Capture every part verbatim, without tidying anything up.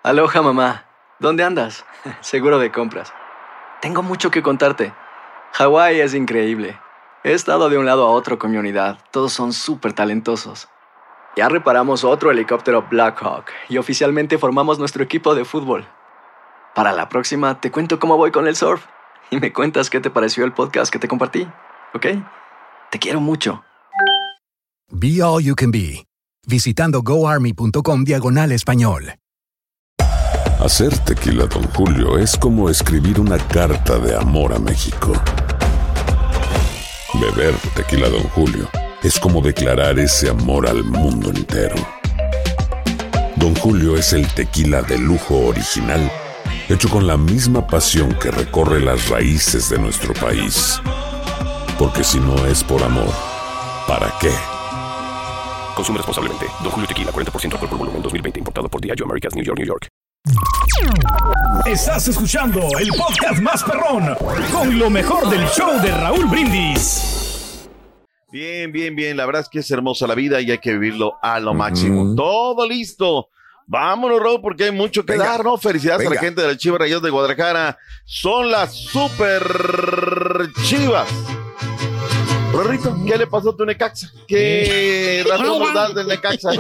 Aloha, mamá. ¿Dónde andas? Seguro de compras. Tengo mucho que contarte. Hawái es increíble. He estado de un lado a otro con mi unidad. Todos son súper talentosos. Ya reparamos otro helicóptero Blackhawk y oficialmente formamos nuestro equipo de fútbol. Para la próxima te cuento cómo voy con el surf y me cuentas qué te pareció el podcast que te compartí, ¿ok? Te quiero mucho. Be All You Can Be, visitando goarmy.com diagonal español. Hacer tequila Don Julio es como escribir una carta de amor a México. Beber tequila Don Julio es como declarar ese amor al mundo entero. Don Julio es el tequila de lujo original, hecho con la misma pasión que recorre las raíces de nuestro país. Porque si no es por amor, ¿para qué? Consume responsablemente. Don Julio Tequila, cuarenta por ciento alcohol por volumen, dos mil veinte. Importado por Diageo Americas, New York, New York. Estás escuchando el podcast más perrón con lo mejor del show de Raúl Brindis. Bien, bien, bien. La verdad es que es hermosa la vida y hay que vivirlo a lo máximo. Uh-huh. Todo listo. Vámonos, Raúl, porque hay mucho que venga, dar, ¿no? Felicidades venga. a la gente de las Chivas Rayadas de Guadalajara. Son las super Chivas. Rorrito, ¿qué le pasó a tu Necaxa? ¿Qué razón nos das del Necaxa?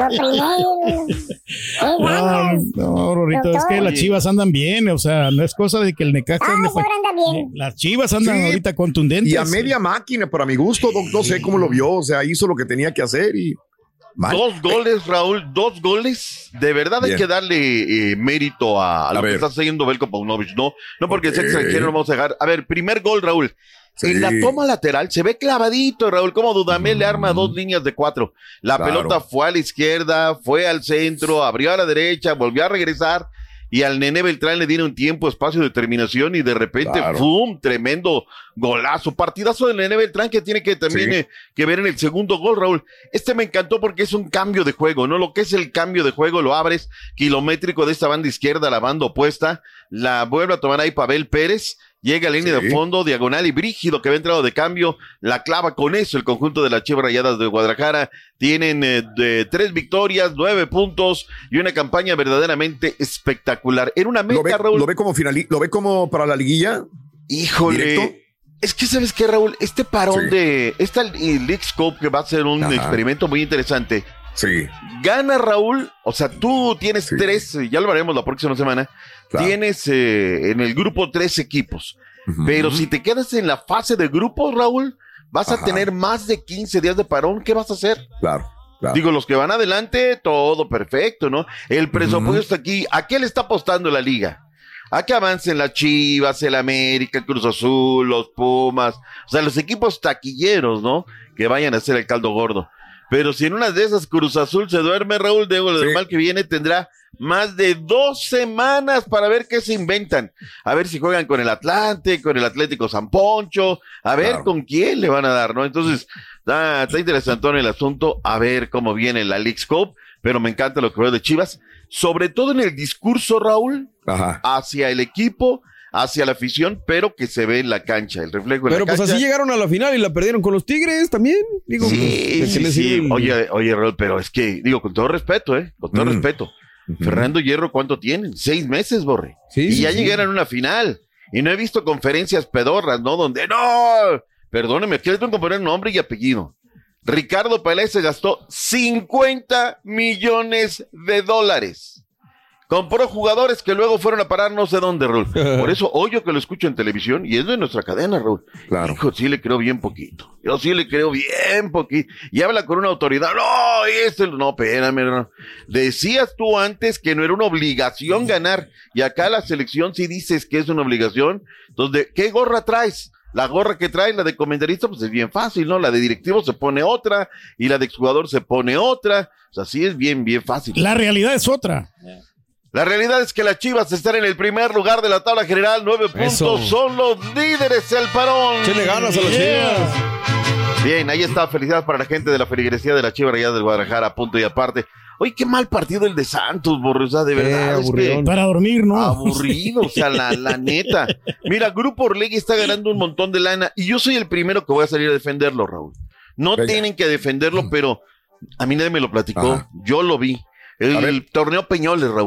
No, no, Rorrito, es que las Chivas andan bien, o sea, no es cosa de que el Necaxa ah, ande fa- anda bien. Las Chivas andan sí, ahorita contundentes. Y a media máquina, para mi gusto, no, no sé cómo lo vio, o sea, hizo lo que tenía que hacer y... Mal. Dos goles, Raúl, dos goles. De verdad Bien. hay que darle eh, mérito a, a, a lo ver. que está haciendo Veljko Paunovic, ¿no? No porque okay. es extranjero, no vamos a dejar. A ver, primer gol, Raúl. Sí. En la toma lateral se ve clavadito, Raúl, como Dudamel mm. le arma dos líneas de cuatro. La claro. pelota fue a la izquierda, fue al centro, abrió a la derecha, volvió a regresar. Y al Nene Beltrán le dieron tiempo, espacio, determinación y de repente, claro. ¡fum! Tremendo golazo, partidazo del Nene Beltrán que tiene que también sí. eh, que ver en el segundo gol, Raúl. Este me encantó porque es un cambio de juego, ¿no? Lo que es el cambio de juego, lo abres kilométrico de esta banda izquierda a la banda opuesta, la vuelve a tomar ahí Pavel Pérez, llega a línea sí. de fondo, diagonal y Brígido que había entrado de cambio, la clava con eso el conjunto de las Chivas Rayadas de Guadalajara. Tienen eh, de tres victorias, nueve puntos y una campaña verdaderamente espectacular. Era una meta, ¿Lo ve, Raúl. ¿Lo ve como finali- ¿Lo ve como para la liguilla? Híjole. ¿Directo? Es que, ¿sabes qué, Raúl? Este parón sí. de... Esta League Cup que va a ser un Ajá. experimento muy interesante. Sí. Gana, Raúl. O sea, tú tienes sí. tres, ya lo veremos la próxima semana. Claro. Tienes eh, en el grupo tres equipos. Uh-huh. Pero si te quedas en la fase de grupos, Raúl, vas Ajá. a tener más de quince días de parón. ¿Qué vas a hacer? Claro. Claro. Digo, los que van adelante, todo perfecto, ¿no? El presupuesto uh-huh. aquí, ¿a qué le está apostando la liga? A que avancen las Chivas, el América, Cruz Azul, los Pumas, o sea, los equipos taquilleros, ¿no? Que vayan a hacer el caldo gordo. Pero si en una de esas Cruz Azul se duerme, Raúl, de lo sí. mal que viene, tendrá más de dos semanas para ver qué se inventan. A ver si juegan con el Atlante, con el Atlético San Poncho, a ver claro. con quién le van a dar, ¿no? Entonces, está, está interesantón el asunto, a ver cómo viene la League Cup, pero me encanta lo que veo de Chivas, sobre todo en el discurso, Raúl, Ajá. hacia el equipo, hacia la afición, pero que se ve en la cancha, el reflejo en pero la cancha. Pero pues así llegaron a la final y la perdieron con los Tigres también. Digo, sí, pues, sí, sí. El... Oye, oye, Raúl, pero es que, digo, con todo respeto, ¿eh? Con todo mm. respeto. Uh-huh. Fernando Hierro, ¿cuánto tienen? Seis meses, Borre. Sí, y sí, ya sí. llegaron a una final. Y no he visto conferencias pedorras, ¿no? Donde, no, perdóneme, aquí les tengo que poner nombre y apellido. Ricardo Peláez se gastó cincuenta millones de dólares. Compró jugadores que luego fueron a parar no sé dónde, Raúl. Por eso, hoy yo que lo escucho en televisión, y es de nuestra cadena, Raúl. Claro. Hijo, sí le creo bien poquito. Yo sí le creo bien poquito. Y habla con una autoridad. No, este, no, espérame, no. Decías tú antes que no era una obligación ganar. Y acá la selección sí dices que es una obligación. Entonces, ¿qué gorra traes? La gorra que trae, la de comentarista, pues es bien fácil, ¿no? La de directivo se pone otra y la de exjugador se pone otra. O sea, sí es bien, bien fácil. La realidad es otra. La realidad es que las Chivas están en el primer lugar de la tabla general, nueve Eso. puntos, son los líderes del parón. ¿Qué le ganas a las yeah. Chivas? Bien, ahí está, felicidades para la gente de la feligresía de la Chivas Rayadas del Guadalajara, punto y aparte. Oye, qué mal partido el de Santos, Borre, o sea, de verdad. Eh, es que para dormir, ¿no? Aburrido, o sea, la, la neta. Mira, Grupo Orlegui está ganando un montón de lana y yo soy el primero que voy a salir a defenderlo, Raúl. No Venga. tienen que defenderlo, pero a mí nadie me lo platicó, Ajá. yo lo vi. El, el torneo Peñoles, Raúl.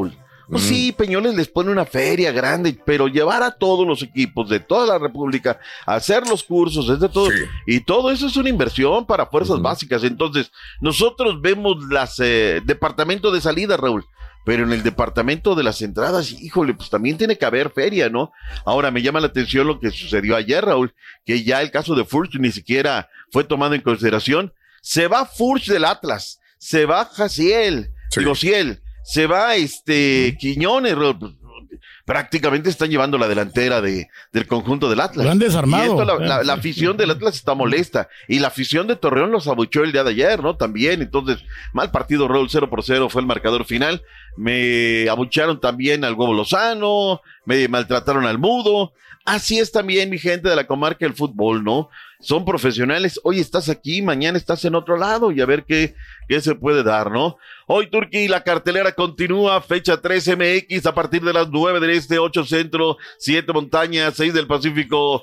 Pues mm. sí, Peñoles les pone una feria grande, pero llevar a todos los equipos de toda la República a hacer los cursos, es de todo, sí. y todo eso es una inversión para fuerzas uh-huh. básicas. Entonces, nosotros vemos las eh, departamento de salida, Raúl, pero en el departamento de las entradas, híjole, pues también tiene que haber feria, ¿no? Ahora, me llama la atención lo que sucedió ayer, Raúl, que ya el caso de Furch ni siquiera fue tomado en consideración. Se va Furch del Atlas, se va Jaciel, sí. digo Ciel, se va este Quiñones, prácticamente están llevando la delantera de, del conjunto del Atlas. Lo han desarmado. Y esto, la, la, la afición del Atlas está molesta, y la afición de Torreón los abuchó el día de ayer, ¿no? También, entonces, mal partido, Raúl, cero por cero fue el marcador final. Me abucharon también al Huevo Lozano, me maltrataron al Mudo. Así es también mi gente de la comarca del fútbol, ¿no? Son profesionales, hoy estás aquí, mañana estás en otro lado, y a ver qué, qué se puede dar, ¿no? Hoy, Turquía, la cartelera continúa, fecha tres M X, a partir de las nueve del Este, ocho Centro, siete Montañas, seis del Pacífico.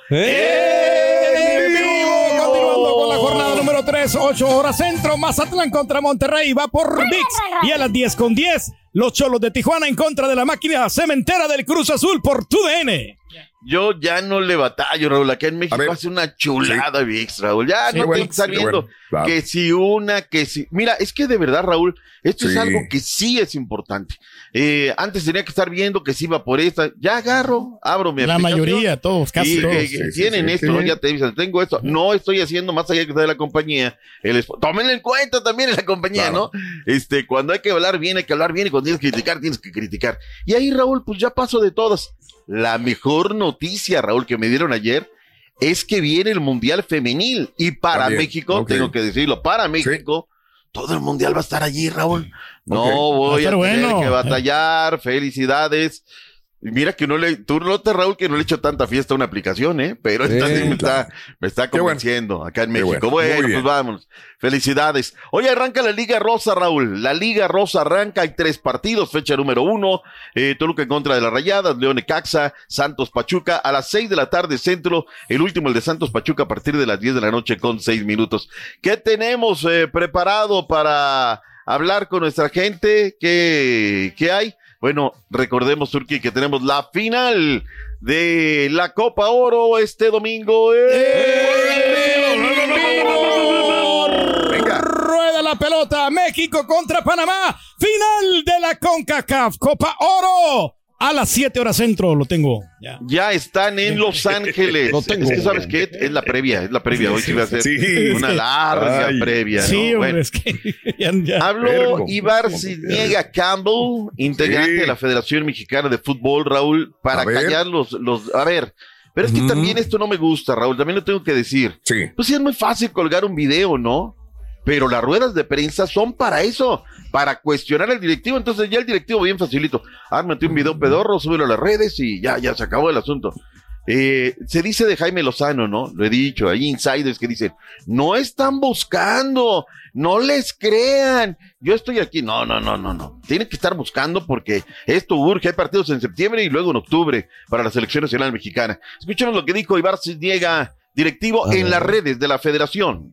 ¡Eh! ¡Eh! Continuando con la jornada número tres, ocho horas Centro, Mazatlán contra Monterrey, va por V I X, y a las diez con diez, los Cholos de Tijuana en contra de la máquina cementera del Cruz Azul por T U D N. Yo ya no le batallo, Raúl. Acá en México hace una chulada, sí. V I X, Raúl. Ya sí, no bueno, te está viendo bueno, claro. que si una, que si. Mira, es que de verdad, Raúl, esto sí. es algo que sí es importante. Eh, antes tenía que estar viendo que si iba por esta. Ya agarro, abro mi La mayoría, todos, casi y, todos. Eh, sí, tienen sí, esto, sí. ¿no? Ya te dicen, tengo esto. No estoy haciendo más allá que de la compañía. El Tómenlo en cuenta también en la compañía, claro. ¿no? Este, cuando hay que hablar bien, hay que hablar bien. Y cuando tienes que criticar, tienes que criticar. Y ahí, Raúl, pues ya paso de todas. La mejor noticia, Raúl, que me dieron ayer es que viene el Mundial Femenil, y para También. México, okay. tengo que decirlo, para México, sí. todo el Mundial va a estar allí, Raúl. No okay. voy a, a tener bueno. que batallar, felicidades. Mira que no le, tú notas, Raúl, que no le he hecho tanta fiesta a una aplicación, ¿eh? Pero esta sí, me, está, me está convenciendo bueno. acá en México. Qué bueno, bueno pues vámonos. Felicidades. Hoy arranca la Liga Rosa, Raúl. La Liga Rosa arranca, hay tres partidos, fecha número uno, eh, Toluca en contra de las Rayadas, León Necaxa, Santos Pachuca, a las seis de la tarde Centro, el último, el de Santos Pachuca, a partir de las diez de la noche con seis minutos. ¿Qué tenemos eh, preparado para hablar con nuestra gente? ¿Qué, qué hay? Bueno, recordemos, Turquía, que tenemos la final de la Copa Oro este domingo. ¡Eh! Venga. Rueda la pelota, México contra Panamá, final de la CONCACAF Copa Oro. A las siete horas Centro, lo tengo. Ya, ya están en Los Ángeles. Lo tengo. Es que, ¿sabes qué? Es la previa, es la previa. Hoy sí va a ser sí, una larga Ay, previa. Sí, ¿no? hombre, bueno. es que... Ya, ya. Habló Ibar Cisniega Campbell, integrante sí. de la Federación Mexicana de Fútbol, Raúl, para callar los, los... A ver, pero es que mm. también esto no me gusta, Raúl, también lo tengo que decir. Sí. Pues sí, es muy fácil colgar un video, ¿no? Pero las ruedas de prensa son para eso, para cuestionar al directivo. Entonces ya el directivo bien facilito, ármate un video pedorro, súbelo a las redes y ya, ya se acabó el asunto. Eh, se dice de Jaime Lozano, ¿no? Lo he dicho, hay insiders que dicen, no están buscando, no les crean, yo estoy aquí. No, no, no, no, no. Tienen que estar buscando porque esto urge. Hay partidos en septiembre y luego en octubre para la selección nacional mexicana. Escuchemos lo que dijo Ibar Cisniega, directivo en las redes de la federación.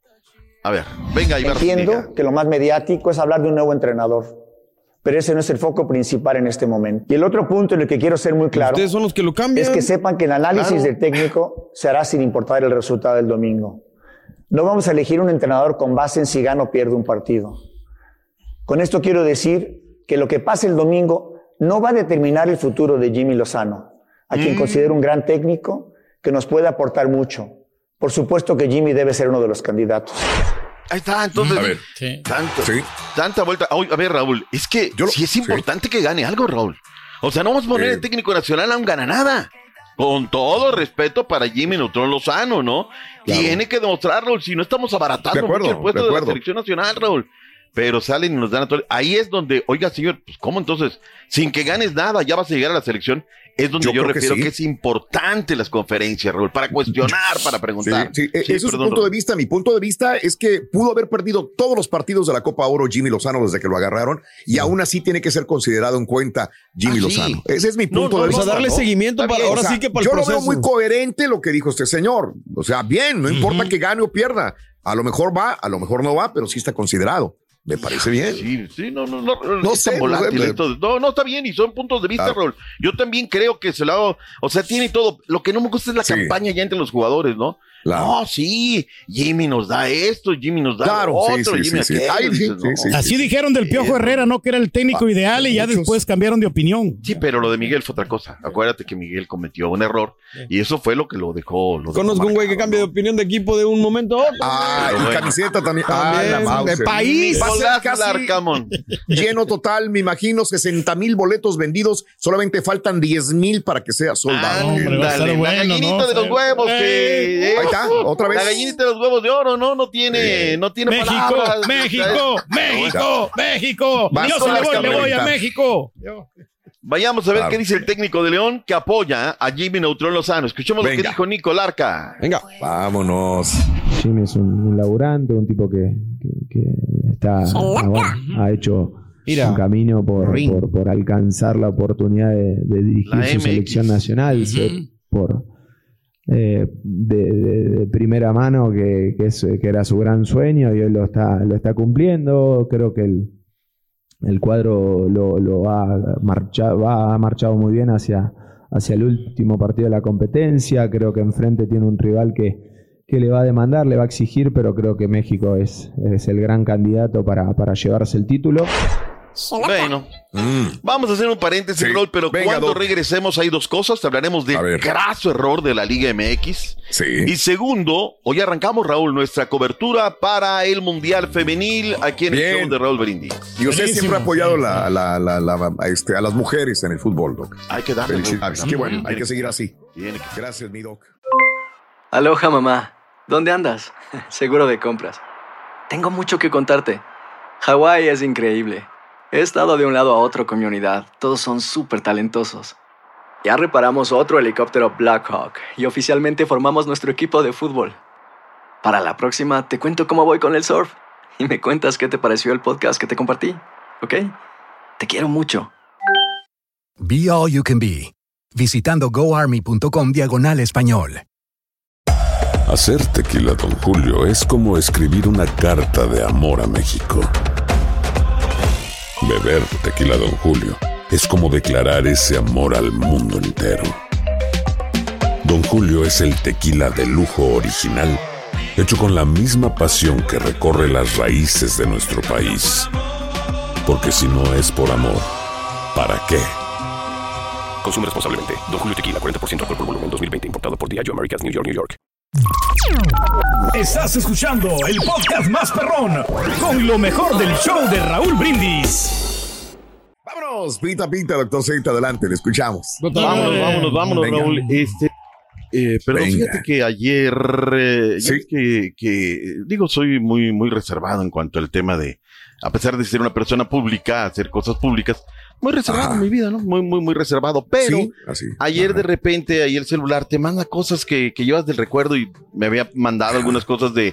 A ver, venga, Ibar. Entiendo que lo más mediático es hablar de un nuevo entrenador, pero ese no es el foco principal en este momento. Y el otro punto en el que quiero ser muy claro, ustedes son los que lo cambian, es que sepan que el análisis claro. del técnico se hará sin importar el resultado del domingo. No vamos a elegir un entrenador con base en si gana o pierde un partido. Con esto quiero decir que lo que pase el domingo no va a determinar el futuro de Jimmy Lozano, a quien mm. considero un gran técnico que nos puede aportar mucho. Por supuesto que Jimmy debe ser uno de los candidatos. Ahí está, entonces, a ver, sí. tanto, sí. tanta vuelta. A ver, Raúl, es que Yo lo, sí es importante sí. que gane algo, Raúl. O sea, no vamos a poner eh. el técnico nacional a un gana nada. Con todo respeto para Jimmy Neutrón Lozano, ¿no? Claro. Tiene que demostrarlo, si no estamos abaratando acuerdo, mucho el puesto de, de la selección nacional, Raúl. Pero salen y nos dan a todo. Ahí es donde, oiga, señor, pues ¿cómo entonces? Sin que ganes nada, ya vas a llegar a la selección. Es donde yo, yo refiero que, sí. que es importante las conferencias, Raúl, para cuestionar, para preguntar. Sí, sí. sí Eso perdón, es su punto de vista. Mi punto de vista es que pudo haber perdido todos los partidos de la Copa Oro Jimmy Lozano desde que lo agarraron y sí. aún así tiene que ser considerado en cuenta Jimmy ah, Lozano. Sí. Ese es mi punto no, no, de vista. O sea, darle ¿no? seguimiento para, ahora o sea, sí que para el yo proceso. Yo lo veo muy coherente lo que dijo este señor. O sea, bien, no uh-huh. importa que gane o pierda. A lo mejor va, a lo mejor no va, pero sí está considerado. Me parece bien. Sí, sí, no, no, no, no, no es sé, tan volátil, no, sé, entonces, no, no está bien y son puntos de vista, claro. Raúl. Yo también creo que se lo hago, o sea, tiene todo. Lo que no me gusta es la sí. campaña ya entre los jugadores, ¿no? Claro. No, sí, Jimmy nos da esto, Jimmy nos da claro, otro, sí, sí, Jimmy sí, aquello, sí. dices, Ay, sí, no, sí, Así sí. dijeron del Piojo Herrera, ¿no? Que era el técnico ah, ideal y ya muchos. después cambiaron de opinión. Sí, pero lo de Miguel fue otra cosa. Acuérdate que Miguel cometió un error sí. y eso fue lo que lo dejó. Lo Conozco dejó un güey que cambia de opinión de equipo de un momento a otro. Ah, y bueno. camiseta también. Ah, la de país. Va a ser casi lleno total, me imagino, sesenta mil boletos vendidos. Solamente faltan diez mil para que sea soldado. Ah, hombre, va a ser bueno, la gallinita ¿no? de los huevos. Que, Ahí está, otra vez. La gallinita de los huevos de oro, no, no tiene, no tiene México, palabras. México, México, México. Yo se le voy, le voy a México. Vayamos a ver claro. qué dice el técnico de León que apoya a Jimmy Neutron Lozano. Escuchemos Venga. lo que dijo Nico Larca. Venga, vámonos. Jimmy es un, un laburante, un tipo que, que, que está, ah, bueno, ha hecho Mira, un camino por, por, por alcanzar la oportunidad de, de dirigir la su M X. Selección nacional, uh-huh. por eh, de, de, de primera mano que, que, es, que era su gran sueño y hoy lo está, lo está cumpliendo. Creo que el El cuadro lo, lo ha, marchado, ha marchado muy bien hacia, hacia el último partido de la competencia. Creo que enfrente tiene un rival que, que le va a demandar, le va a exigir, pero creo que México es, es el gran candidato para, para llevarse el título. Bueno, mm. vamos a hacer un paréntesis, sí. Raúl, pero Venga, cuando Doc. regresemos hay dos cosas. Hablaremos del graso error de la Liga M X. Sí. Y segundo, hoy arrancamos, Raúl, nuestra cobertura para el Mundial Femenil aquí en Bien. el show de Raúl Brindis. Y usted Buenísimo. siempre ha apoyado la, la, la, la, la, este, a las mujeres en el fútbol, Doc. Hay que darle. Felicidades. Qué bueno, hay que seguir así. Bien. Gracias, mi Doc. Aloha, mamá. ¿Dónde andas? Seguro de compras. Tengo mucho que contarte. Hawái es increíble. He estado de un lado a otro con mi unidad. Todos son súper talentosos. Ya reparamos otro helicóptero Blackhawk y oficialmente formamos nuestro equipo de fútbol. Para la próxima te cuento cómo voy con el surf y me cuentas qué te pareció el podcast que te compartí, ¿ok? Te quiero mucho. Be All You Can Be. Visitando goarmy.com diagonal español. Hacer tequila Don Julio es como escribir una carta de amor a México. Beber tequila Don Julio es como declarar ese amor al mundo entero. Don Julio es el tequila de lujo original, hecho con la misma pasión que recorre las raíces de nuestro país. Porque si no es por amor, ¿para qué? Consume responsablemente. Don Julio Tequila, cuarenta por ciento alcohol por volumen, dos mil veinte, importado por Diageo Americas, New York, New York. Estás escuchando el podcast más perrón con lo mejor del show de Raúl Brindis. Vámonos, pinta, pinta, doctor Z, adelante, le escuchamos. Vámonos, vámonos, vámonos, Venga. Raúl. Este, eh, pero Venga. fíjate que ayer, eh, ¿Sí? que, que, digo, soy muy, muy reservado en cuanto al tema de, a pesar de ser una persona pública, hacer cosas públicas, muy reservado en mi vida, ¿no? Muy, muy, muy reservado. Pero sí, así. ayer Ajá. de repente, ahí el celular te manda cosas que, que llevas del recuerdo y me había mandado Ajá. algunas cosas de,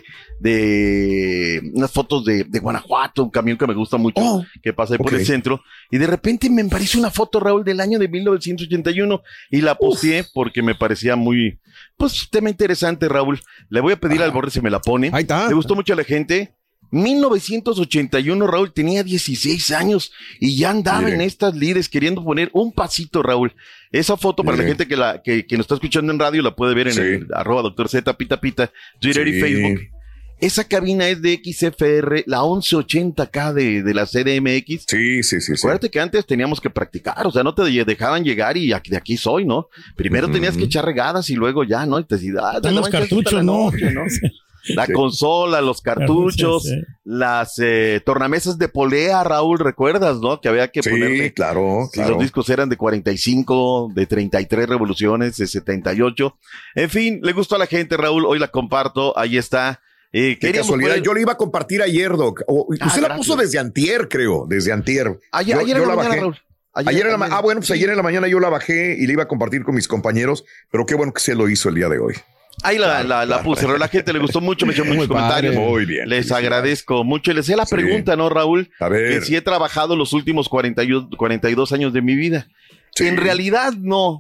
de unas fotos de, de Guanajuato, un camión que me gusta mucho, oh, que pasa ahí okay. por el centro. Y de repente me apareció una foto, Raúl, del año de mil novecientos ochenta y uno y la posteé Uf. porque me parecía muy, pues, tema interesante, Raúl. Le voy a pedir Ajá. al Borre si me la pone. Ahí está. Le gustó mucho a la gente. mil novecientos ochenta y uno, Raúl, tenía dieciséis años y ya andaba Mire. en estas lides queriendo poner un pasito, Raúl. Esa foto, Mire. para la gente que la que, que nos está escuchando en radio, la puede ver en sí. el arroba doctor Z, pita, pita, Twitter sí. y Facebook. Esa cabina es de X F R, la once ochenta K de, de la C D M X. Sí, sí, sí. Acuérdate sí. que antes teníamos que practicar, o sea, no te dejaban llegar y aquí, de aquí soy, ¿no? Primero mm-hmm. tenías que echar regadas y luego ya, ¿no? Y te decías, ah, los cartuchos, no. Noche, ¿no? La sí. consola, los cartuchos, sí, sí. las eh, tornamesas de polea, Raúl, ¿recuerdas, no? Que había que sí, ponerle. claro, si claro. Los discos eran de cuarenta y cinco, de treinta y tres revoluciones, de setenta y ocho. En fin, le gustó a la gente, Raúl, hoy la comparto, ahí está. Eh, Qué casualidad, poner... yo le iba a compartir ayer, Doc. O, ah, usted la gracias. puso desde antier, creo, desde antier. Ayer, yo, ayer yo en la la mañana, bajé. Raúl. Ayer, ayer en la mañana, ah, bueno, pues sí. ayer en la mañana yo la bajé y le iba a compartir con mis compañeros, pero qué bueno que se lo hizo el día de hoy. Ahí la, la, la puse, la gente le gustó mucho, me echó muchos comentarios. Muy bien. Les agradezco mucho. Les hacía la sí. pregunta, ¿no, Raúl? A ver. Que si he trabajado los últimos cuarenta y dos años de mi vida. Sí. En realidad no,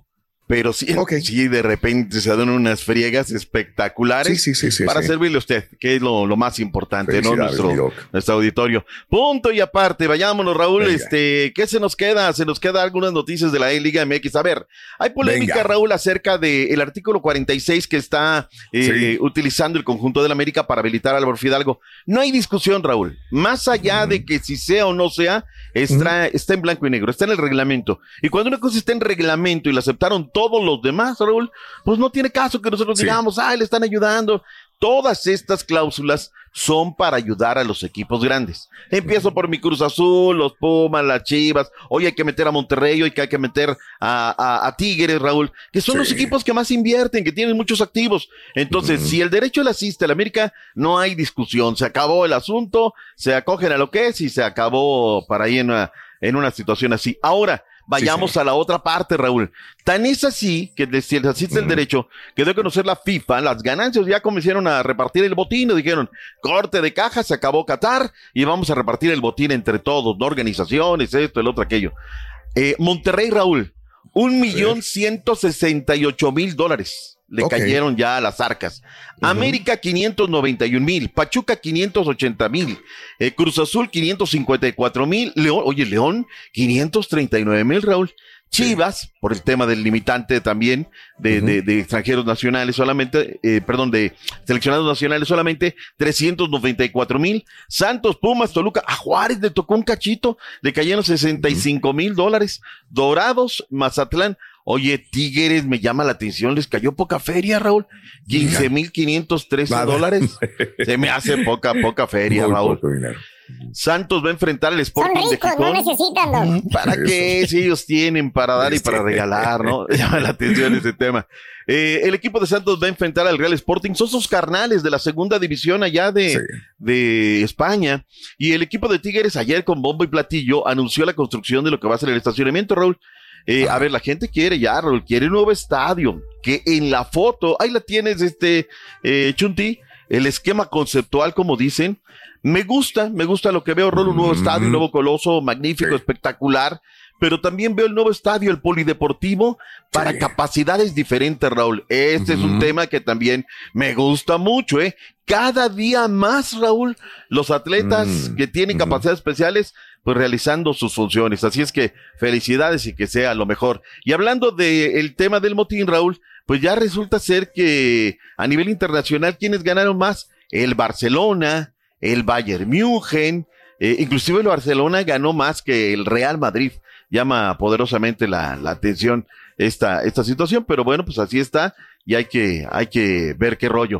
pero sí, okay. sí, de repente se dan unas friegas espectaculares sí, sí, sí, sí, para sí. servirle a usted, que es lo, lo más importante, ¿no? Nuestro, nuestro auditorio. Punto y aparte, vayámonos, Raúl, Venga. este, ¿qué se nos queda? Se nos quedan algunas noticias de la Liga M X. A ver, hay polémica, Venga. Raúl, acerca del artículo cuarenta y seis que está eh, sí. utilizando el conjunto del América para habilitar a Álvaro Fidalgo. No hay discusión, Raúl, más allá mm. de que si sea o no sea, está, mm. está en blanco y negro, está en el reglamento. Y cuando una cosa está en reglamento y la aceptaron todos los demás, Raúl, pues no tiene caso que nosotros sí. digamos, ay, le están ayudando. Todas estas cláusulas son para ayudar a los equipos grandes. Empiezo por mi Cruz Azul, los Pumas, las Chivas, hoy hay que meter a Monterrey, hoy hay que meter a, a, a Tigres, Raúl, que son sí. los equipos que más invierten, que tienen muchos activos. Entonces, uh-huh. si el derecho le asiste a la América, no hay discusión, se acabó el asunto, se acogen a lo que es y se acabó para ahí en una, en una situación así. Ahora, vayamos sí, sí. a la otra parte, Raúl. Tan es así que si les asiste uh-huh. el derecho, que debe conocer la FIFA, las ganancias ya comenzaron a repartir el botín, dijeron, corte de caja, se acabó Qatar, y vamos a repartir el botín entre todos, ¿no? Organizaciones, esto, el otro, aquello. Eh, Monterrey, Raúl, un millón ciento sesenta y ocho mil dólares. Le okay. cayeron ya a las arcas. Uh-huh. América quinientos noventa y un mil, Pachuca quinientos ochenta mil, eh, Cruz Azul quinientos cincuenta y cuatro mil, León, oye, León quinientos treinta y nueve mil, Raúl. Chivas, sí. por el tema del limitante también de, uh-huh. de, de extranjeros nacionales solamente, eh, perdón, de seleccionados nacionales solamente, trescientos noventa y cuatro mil. Santos, Pumas, Toluca, a Juárez le tocó un cachito, le cayeron sesenta y cinco mil uh-huh. dólares. Dorados, Mazatlán. Oye, Tigres, me llama la atención, les cayó poca feria, Raúl. quince mil quinientos trece dólares. Se me hace poca, poca feria, Muy Raúl. Santos va a enfrentar al Sporting Son ricos, de Gijón. No necesitan dos. ¿Para qué? Si ellos tienen para dar y para regalar, ¿no? Llama la atención ese tema. Eh, el equipo de Santos va a enfrentar al Real Sporting. Son sus carnales de la segunda división allá de, sí. de España. Y el equipo de Tigres ayer con bombo y platillo anunció la construcción de lo que va a ser el estacionamiento, Raúl. Eh, a ver, la gente quiere ya, Raúl, quiere un nuevo estadio, que en la foto, ahí la tienes, este, eh, Chunti, el esquema conceptual, como dicen, me gusta, me gusta lo que veo, Raúl, un nuevo mm-hmm. estadio, un nuevo coloso, magnífico, sí. espectacular, pero también veo el nuevo estadio, el polideportivo, para sí. capacidades diferentes, Raúl. Este uh-huh. es un tema que también me gusta mucho, ¿eh? Cada día más, Raúl, los atletas uh-huh. que tienen uh-huh. capacidades especiales, pues realizando sus funciones. Así es que felicidades y que sea lo mejor. Y hablando del tema del motín, Raúl, pues ya resulta ser que a nivel internacional, ¿quiénes ganaron más? El Barcelona, el Bayern München, eh, inclusive el Barcelona ganó más que el Real Madrid. Llama poderosamente la, la atención esta, esta situación, pero bueno, pues así está y hay que, hay que ver qué rollo.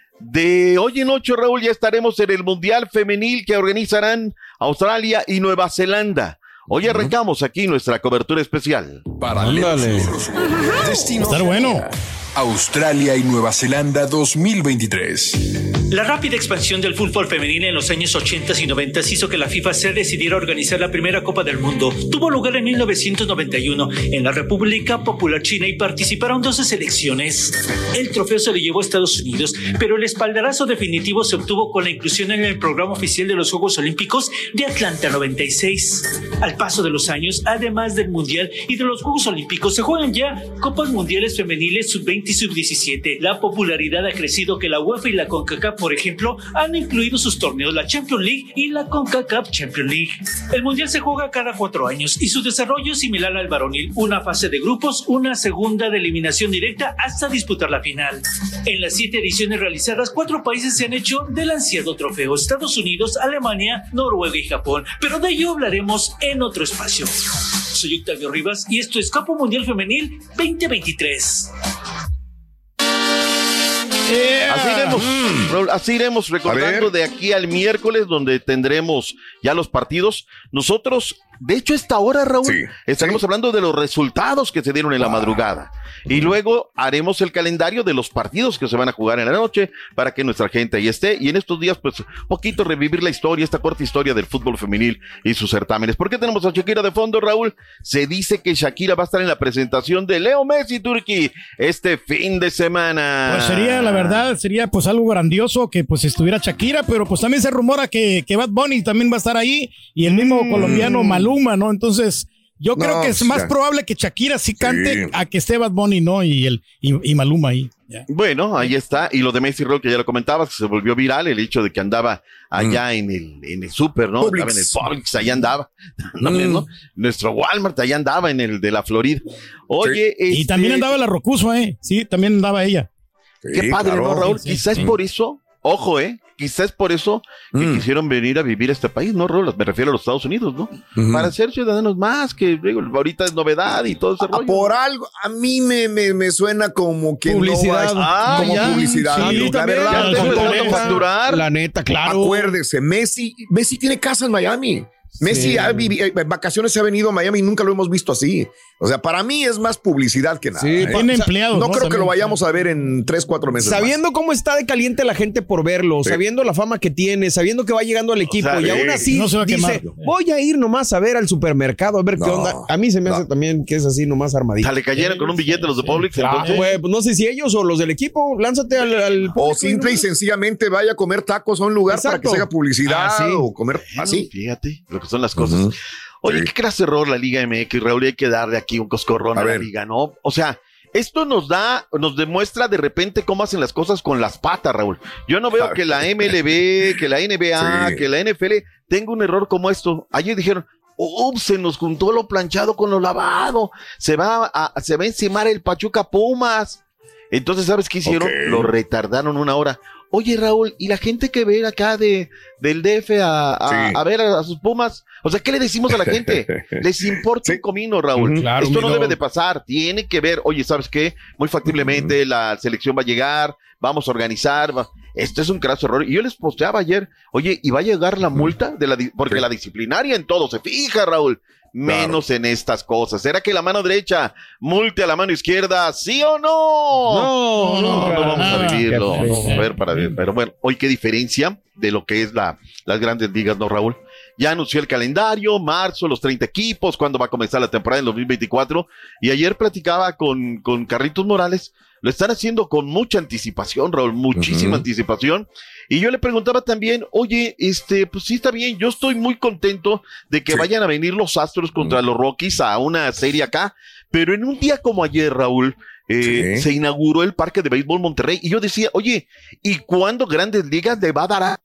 De hoy en ocho, Raúl, ya estaremos en el Mundial Femenil que organizarán Australia y Nueva Zelanda. Hoy arrancamos aquí nuestra cobertura especial. Paralelos. Destino. Estar bueno. Australia y Nueva Zelanda dos mil veintitrés. La rápida expansión del fútbol femenil en los años ochenta y noventa hizo que la FIFA se decidiera organizar la primera Copa del Mundo. Tuvo lugar en mil novecientos noventa y uno en la República Popular China y participaron doce selecciones. El trofeo se lo llevó a Estados Unidos, pero el espaldarazo definitivo se obtuvo con la inclusión en el programa oficial de los Juegos Olímpicos de Atlanta noventa y seis. Al paso de los años, además del Mundial y de los Juegos Olímpicos, se juegan ya Copas Mundiales Femeniles sub veinte y sub diecisiete. La popularidad ha crecido que la UEFA y la CONCACAF, por ejemplo, han incluido sus torneos, la Champions League y la CONCACAF Champions League. El Mundial se juega cada cuatro años y su desarrollo es similar al varonil, una fase de grupos, una segunda de eliminación directa hasta disputar la final. En las siete ediciones realizadas, cuatro países se han hecho del ansiado trofeo: Estados Unidos, Alemania, Noruega y Japón, pero de ello hablaremos en otro espacio. Soy Octavio Rivas y esto es Copa Mundial Femenil veinte veintitrés. Yeah. Así iremos, mm. así iremos recordando de aquí al miércoles, donde tendremos ya los partidos. Nosotros, de hecho, a esta hora, Raúl, sí. estaremos sí. hablando de los resultados que se dieron en la madrugada. Y luego haremos el calendario de los partidos que se van a jugar en la noche para que nuestra gente ahí esté. Y en estos días, pues, poquito revivir la historia, esta corta historia del fútbol femenil y sus certámenes. ¿Por qué tenemos a Shakira de fondo, Raúl? Se dice que Shakira va a estar en la presentación de Leo Messi Turkey este fin de semana. Pues sería, la verdad, sería pues algo grandioso que pues estuviera Shakira, pero pues también se rumora que, que Bad Bunny también va a estar ahí y el mismo mm. colombiano Maluma, ¿no? Entonces, Yo creo No, que es pues más ya. probable que Shakira sí cante Sí. a que esté Bad Bunny, ¿no? Y, el, y, y Maluma ahí. Ya. Bueno, ahí está. Y lo de Messi Roll, que ya lo comentabas, que se volvió viral el hecho de que andaba allá en el, en el súper, ¿no? Publix. Andaba en el Publix, allá andaba. ¿No, no? Nuestro Walmart, allá andaba en el de la Florida. Oye, Y este, también andaba la Rocuso, ¿eh? Sí, también andaba ella. qué Sí, padre, claro. ¿no, Raúl? Sí, Quizás sí. por eso, ojo, ¿eh? Quizás por eso que Mm. quisieron venir a vivir a este país, ¿no, Raúl? Me refiero a los Estados Unidos, ¿no? Ujú. Para ser ciudadanos más, que digo, ahorita es novedad y todo ese Ah, rollo. por algo, a mí me, me, me suena como que Publicidad. no va- Ah, como ya. publicidad. Sí, ¿no? La también. verdad, Ya Claro, te con empezando a Televisa. facturar. La neta, claro. acuérdese, Messi, Messi tiene casa en Miami. Messi Sí. ha vivi- eh, en vacaciones se ha venido a Miami y nunca lo hemos visto así. O sea, para mí es más publicidad que nada. Sí, ¿eh? Tiene o sea, empleados. No creo que También. lo vayamos a ver en tres, cuatro meses. Sabiendo cómo está de caliente la gente por verlo, Sí. sabiendo la fama que tiene, sabiendo que va llegando al equipo sea, y aún sí. así No se va a dice, quemar. voy a ir nomás a ver al supermercado, a ver qué No, onda. A mí se me no. hace también que es así nomás armadito. O sea, le cayeron con un billete los de Publix, Claro, entonces. güey, pues no sé si ellos o los del equipo, lánzate al, al más. O público simple y sencillamente vaya a comer tacos a un lugar para que Exacto. se haga publicidad Ah, sí. o comer Bueno, así. Fíjate lo que son las cosas. Ujú. Oye, Sí. qué gran error la Liga M X, Raúl, y hay que darle aquí un coscorrón A a, la ver. Liga, ¿no? O sea, esto nos da, nos demuestra de repente cómo hacen las cosas con las patas, Raúl. Yo no veo que la M L B, que la N B A, Sí. que la N F L tenga un error como esto. Ayer dijeron, ups, se nos juntó lo planchado con lo lavado. Se va a, se va a encimar el Pachuca Pumas. Entonces, ¿sabes qué hicieron? Ok. Lo retardaron una hora. Oye, Raúl, ¿y la gente que ve acá de, del D F a, a, Sí. a ver a, a sus Pumas? O sea, ¿qué le decimos a la gente? Les importa un comino, Raúl. Ujú. Claro, Esto no mi debe Raúl. de pasar. Tiene que ver, oye, ¿sabes qué? Muy factiblemente la selección va a llegar, vamos a organizar. va- Esto es un craso error. Y yo les posteaba ayer, oye, ¿y va a llegar la multa? de la di- Porque Sí. la disciplinaria en todo se fija, Raúl. Menos en estas cosas. ¿Será que la mano derecha multe a la mano izquierda? ¿Sí o no? No, No, no vamos a Ah, vivirlo. qué feo. Vamos a ver para ver. Pero bueno, hoy qué diferencia de lo que es la, las grandes ligas, ¿no, Raúl? Ya anunció el calendario, marzo, los treinta equipos, cuándo va a comenzar la temporada en dos mil veinticuatro. Y ayer platicaba con, con Carlitos Morales. Lo están haciendo con mucha anticipación, Raúl, muchísima Ujú. anticipación. Y yo le preguntaba también, oye, este, pues sí está bien, yo estoy muy contento de que Sí. vayan a venir los Astros contra los Rockies a una serie acá, pero en un día como ayer, Raúl, eh, Sí. se inauguró el Parque de Béisbol Monterrey y yo decía, oye, ¿y cuándo Grandes Ligas le va a dar a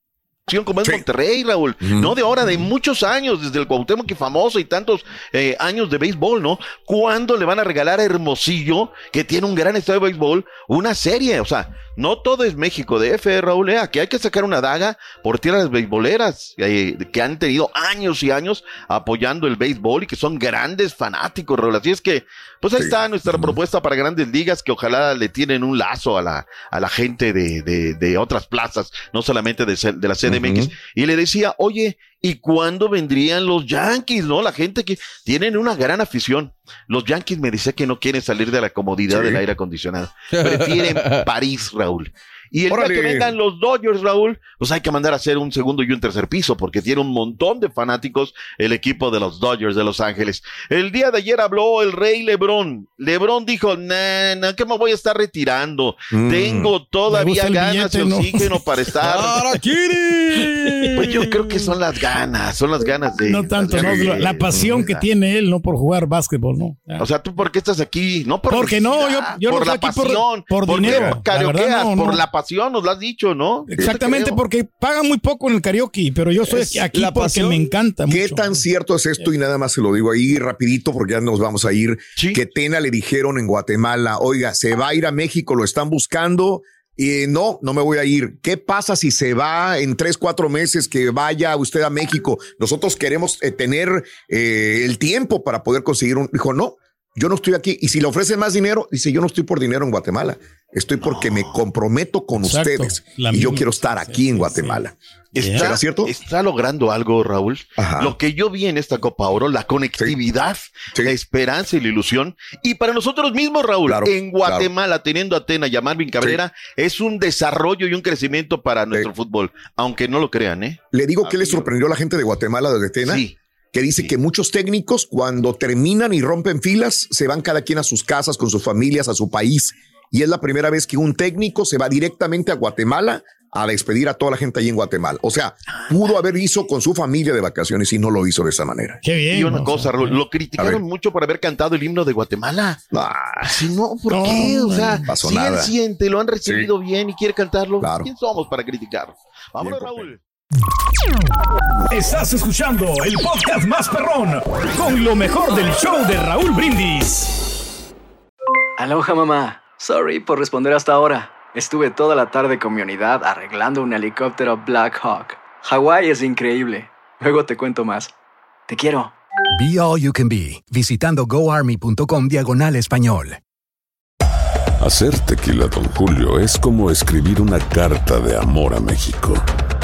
como es Sí. Monterrey, Raúl? Ujú. No de ahora, de muchos años, desde el Cuauhtémoc que famoso y tantos eh, años de béisbol, ¿no? ¿Cuándo le van a regalar a Hermosillo, que tiene un gran estadio de béisbol, una serie? O sea, no todo es México D F, Raúl, eh, aquí hay que sacar una daga por tierras beisboleras eh, que han tenido años y años apoyando el béisbol y que son grandes fanáticos, Raúl. Así es que, pues ahí Sí. está nuestra propuesta para Grandes Ligas, que ojalá le tienen un lazo a la, a la gente de, de, de otras plazas, no solamente de, C- de la C D M X. Ujú. Y le decía, oye, ¿y cuándo vendrían los Yankees, no? La gente que tienen una gran afición. Los Yankees me decía que no quieren salir de la comodidad Sí. del aire acondicionado. Prefieren París, Raúl. Y el Órale. día que vengan los Dodgers, Raúl, pues hay que mandar a hacer un segundo y un tercer piso, porque tiene un montón de fanáticos el equipo de los Dodgers de Los Ángeles. El día de ayer habló el rey LeBron. LeBron dijo, nah, nah, que me voy a estar retirando. Mm. Tengo Me todavía gusta el ganas billete, y ¿no? oxígeno para estar. ¡Harakiri! Pues yo creo que son las ganas, son las ganas de... No tanto, las ¿no? ganas La, de- la pasión que tiene él, ¿no? Por jugar básquetbol, ¿no? Ya. O sea, ¿tú por qué estás aquí? No por Porque no, yo- necesidad, yo no por estoy la aquí por- pasión. por ¿Por qué dinero. La carioqueas? verdad, no, no. Por la pasión, nos lo has dicho, ¿no? Exactamente, Yo te creo. porque pagan muy poco en el karaoke, pero yo soy Es aquí la porque pasión. me encanta mucho. ¿Qué tan cierto es esto? Y nada más se lo digo ahí rapidito porque ya nos vamos a ir. Sí. Que Tena le dijeron en Guatemala, oiga, se va a ir a México, lo están buscando. Y no, no me voy a ir. ¿Qué pasa si se va en tres, cuatro meses que vaya usted a México? Nosotros queremos eh, tener eh, el tiempo para poder conseguir un... Dijo, no, yo no estoy aquí. Y si le ofrecen más dinero, dice, yo no estoy por dinero en Guatemala. Estoy porque me comprometo con Exacto. ustedes. La Y yo misma- quiero estar sí, aquí en sí, Guatemala. Está, ¿Será cierto? está logrando algo, Raúl. Ajá. Lo que yo vi en esta Copa Oro, la conectividad, Sí. la esperanza y la ilusión. Y para nosotros mismos, Raúl, Claro, en Guatemala, teniendo a Tena y a Marvin Cabrera, es un desarrollo y un crecimiento para nuestro fútbol. Aunque no lo crean, ¿eh? Le digo que le Así, sorprendió a la gente de Guatemala desde Tena. Sí. Que dice Sí. que muchos técnicos cuando terminan y rompen filas se van cada quien a sus casas con sus familias, a su país. Y es la primera vez que un técnico se va directamente a Guatemala a despedir a toda la gente allí en Guatemala. O sea, pudo haber hizo con su familia de vacaciones y no lo hizo de esa manera. Qué bien. Y una no, cosa, Raúl, lo criticaron mucho por haber cantado el himno de Guatemala. Ah, si no, ¿por no, qué? O sea, pasó si nada. Él siente, lo han recibido sí. bien y quiere cantarlo, claro. ¿quién somos para criticar? Vámonos, bien, Raúl. Estás escuchando el podcast más perrón con lo mejor del show de Raúl Brindis. Aloha, mamá. Sorry por responder hasta ahora. Estuve toda la tarde con mi unidad arreglando un helicóptero Black Hawk. Hawái es increíble. Luego te cuento más. Te quiero. Be All You Can Be, visitando goarmy.com diagonal español. Hacer tequila Don Julio es como escribir una carta de amor a México.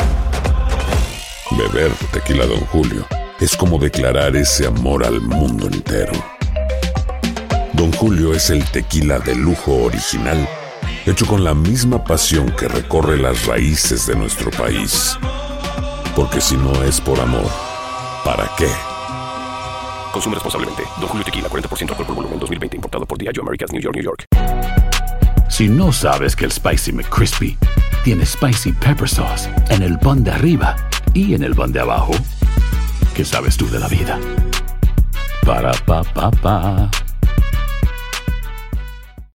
Beber tequila Don Julio es como declarar ese amor al mundo entero. Don Julio es el tequila de lujo original, hecho con la misma pasión que recorre las raíces de nuestro país. Porque si no es por amor, ¿para qué? Consume responsablemente. Don Julio Tequila, cuarenta por ciento alcohol por volumen, dos mil veinte. Importado por Diageo Americas, New York, New York. Si no sabes que el Spicy McCrispy tiene Spicy Pepper Sauce en el pan de arriba y en el pan de abajo, ¿qué sabes tú de la vida? Para, pa, pa, pa.